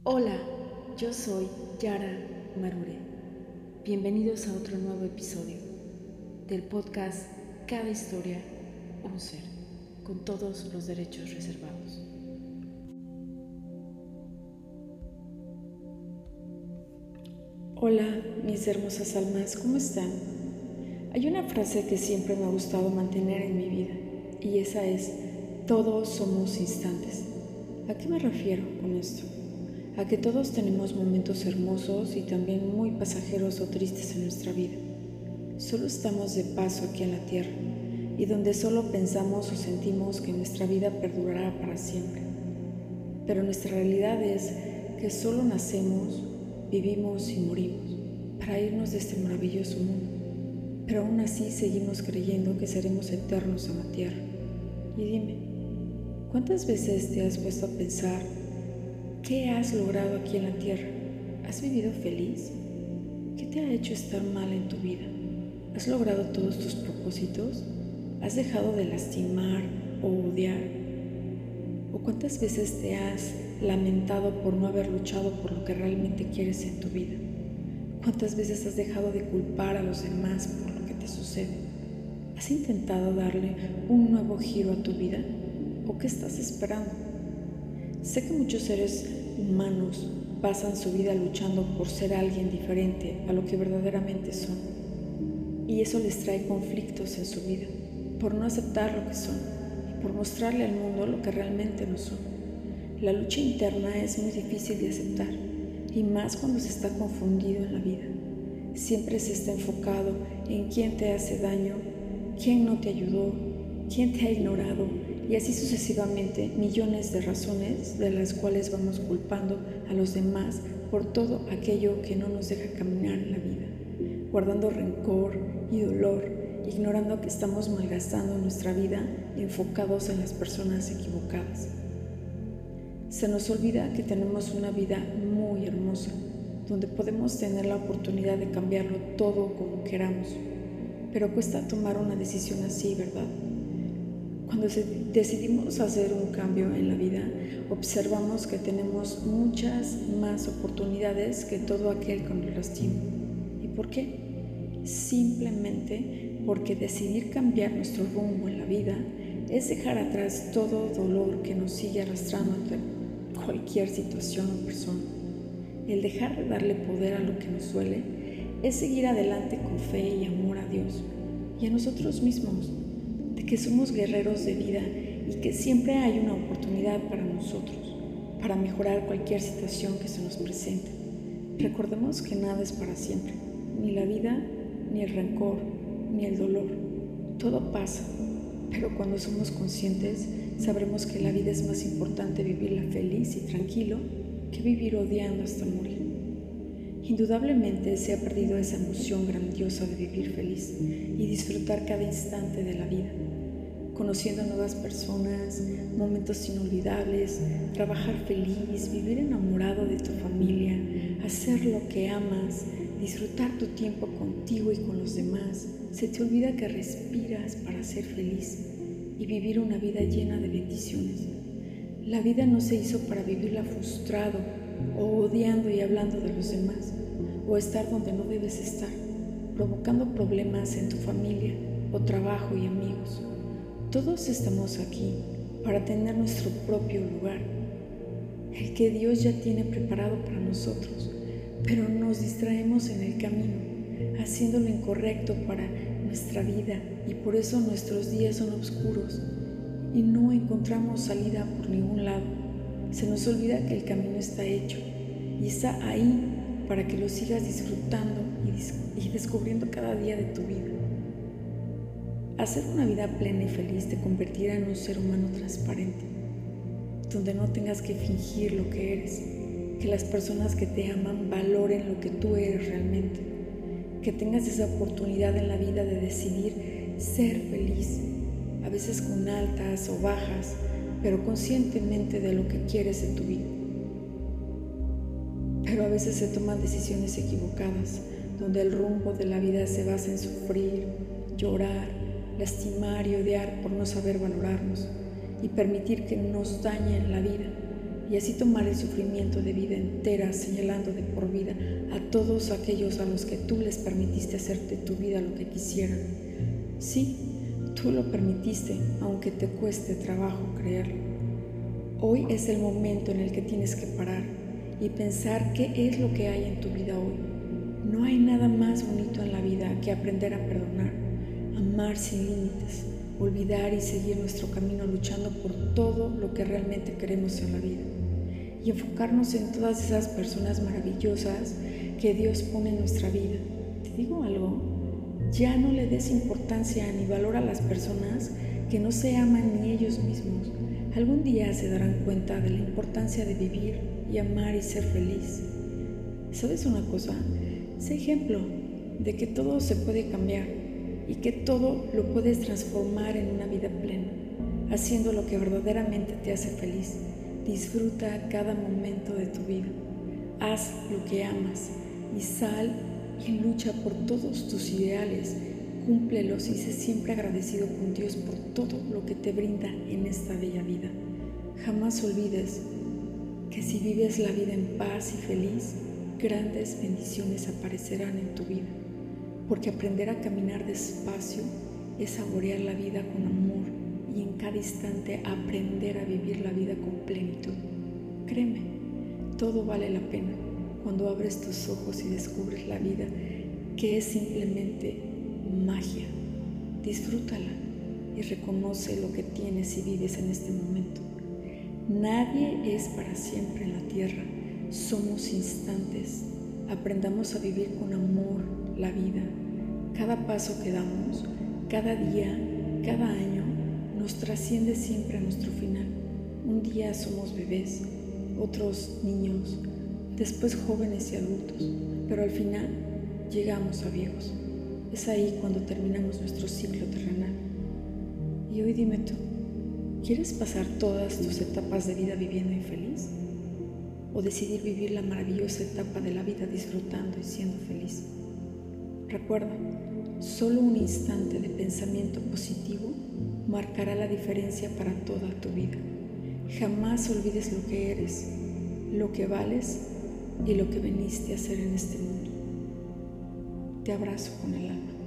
Hola, yo soy Yara Marure. Bienvenidos a otro nuevo episodio del podcast Cada historia, un ser, con todos los derechos reservados. Hola, mis hermosas almas, ¿cómo están? Hay una frase que siempre me ha gustado mantener en mi vida y esa es: todos somos instantes. ¿A qué me refiero con esto? A que todos tenemos momentos hermosos y también muy pasajeros o tristes en nuestra vida. Solo estamos de paso aquí en la tierra y donde solo pensamos o sentimos que nuestra vida perdurará para siempre. Pero nuestra realidad es que solo nacemos, vivimos y morimos para irnos de este maravilloso mundo. Pero aún así seguimos creyendo que seremos eternos en la tierra. Y dime, ¿cuántas veces te has puesto a pensar qué has logrado aquí en la tierra? ¿Has vivido feliz? ¿Qué te ha hecho estar mal en tu vida? ¿Has logrado todos tus propósitos? ¿Has dejado de lastimar o odiar? ¿O cuántas veces te has lamentado por no haber luchado por lo que realmente quieres en tu vida? ¿Cuántas veces has dejado de culpar a los demás por lo que te sucede? ¿Has intentado darle un nuevo giro a tu vida? ¿O qué estás esperando? Sé que muchos seres humanos pasan su vida luchando por ser alguien diferente a lo que verdaderamente son. Y eso les trae conflictos en su vida, por no aceptar lo que son y por mostrarle al mundo lo que realmente no son. La lucha interna es muy difícil de aceptar, y más cuando se está confundido en la vida. Siempre se está enfocado en quién te hace daño, quién no te ayudó, quién te ha ignorado, y así sucesivamente millones de razones de las cuales vamos culpando a los demás por todo aquello que no nos deja caminar en la vida, guardando rencor y dolor, ignorando que estamos malgastando nuestra vida enfocados en las personas equivocadas. Se nos olvida que tenemos una vida muy hermosa, donde podemos tener la oportunidad de cambiarlo todo como queramos, pero cuesta tomar una decisión así, ¿verdad? Cuando decidimos hacer un cambio en la vida, observamos que tenemos muchas más oportunidades que todo aquel que nos lastima. ¿Y por qué? Simplemente porque decidir cambiar nuestro rumbo en la vida es dejar atrás todo dolor que nos sigue arrastrando ante cualquier situación o persona. El dejar de darle poder a lo que nos duele es seguir adelante con fe y amor a Dios y a nosotros mismos, de que somos guerreros de vida y que siempre hay una oportunidad para nosotros, para mejorar cualquier situación que se nos presente. Recordemos que nada es para siempre, ni la vida, ni el rencor, ni el dolor. Todo pasa, pero cuando somos conscientes, sabremos que la vida es más importante vivirla feliz y tranquilo que vivir odiando hasta morir. Indudablemente se ha perdido esa emoción grandiosa de vivir feliz y disfrutar cada instante de la vida, conociendo nuevas personas, momentos inolvidables, trabajar feliz, vivir enamorado de tu familia, hacer lo que amas, disfrutar tu tiempo contigo y con los demás. Se te olvida que respiras para ser feliz y vivir una vida llena de bendiciones. La vida no se hizo para vivirla frustrado o odiando y hablando de los demás, o estar donde no debes estar, provocando problemas en tu familia o trabajo y amigos. Todos estamos aquí para tener nuestro propio lugar, el que Dios ya tiene preparado para nosotros, pero nos distraemos en el camino, haciendo lo incorrecto para nuestra vida, y por eso nuestros días son oscuros y no encontramos salida por ningún lado. Se nos olvida que el camino está hecho y está ahí para que lo sigas disfrutando y descubriendo cada día de tu vida. Hacer una vida plena y feliz te convertirá en un ser humano transparente, donde no tengas que fingir lo que eres, que las personas que te aman valoren lo que tú eres realmente, que tengas esa oportunidad en la vida de decidir ser feliz, a veces con altas o bajas, pero conscientemente de lo que quieres en tu vida. Pero a veces se toman decisiones equivocadas, donde el rumbo de la vida se basa en sufrir, llorar, lastimar y odiar por no saber valorarnos y permitir que nos dañen la vida y así tomar el sufrimiento de vida entera, señalando de por vida a todos aquellos a los que tú les permitiste hacer de tu vida lo que quisieran. Sí, tú lo permitiste, aunque te cueste trabajo creerlo. Hoy es el momento en el que tienes que parar y pensar qué es lo que hay en tu vida hoy. No hay nada más bonito en la vida que aprender a perdonar, amar sin límites, olvidar y seguir nuestro camino luchando por todo lo que realmente queremos en la vida y enfocarnos en todas esas personas maravillosas que Dios pone en nuestra vida. ¿Te digo algo? Ya no le des importancia ni valor a las personas que no se aman ni ellos mismos. Algún día se darán cuenta de la importancia de vivir y amar y ser feliz. ¿Sabes una cosa? Sé ejemplo de que todo se puede cambiar y que todo lo puedes transformar en una vida plena, haciendo lo que verdaderamente te hace feliz. Disfruta cada momento de tu vida. Haz lo que amas y sal y lucha por todos tus ideales. Cúmplelos y sé siempre agradecido con Dios por todo lo que te brinda en esta bella vida. Jamás olvides que si vives la vida en paz y feliz, grandes bendiciones aparecerán en tu vida, porque aprender a caminar despacio es saborear la vida con amor y en cada instante aprender a vivir la vida con plenitud. Créeme, todo vale la pena cuando abres tus ojos y descubres la vida, que es simplemente magia. Disfrútala y reconoce lo que tienes y vives en este momento. Nadie es para siempre en la tierra, somos instantes. Aprendamos a vivir con amor la vida. Cada paso que damos, cada día, cada año, nos trasciende siempre a nuestro final. Un día somos bebés, otros niños, después jóvenes y adultos, pero al final llegamos a viejos. Es ahí cuando terminamos nuestro ciclo terrenal. Y hoy dime tú, ¿quieres pasar todas tus etapas de vida viviendo infeliz? ¿O decidir vivir la maravillosa etapa de la vida disfrutando y siendo feliz? Recuerda, solo un instante de pensamiento positivo marcará la diferencia para toda tu vida. Jamás olvides lo que eres, lo que vales y lo que viniste a hacer en este mundo. Te abrazo con el alma.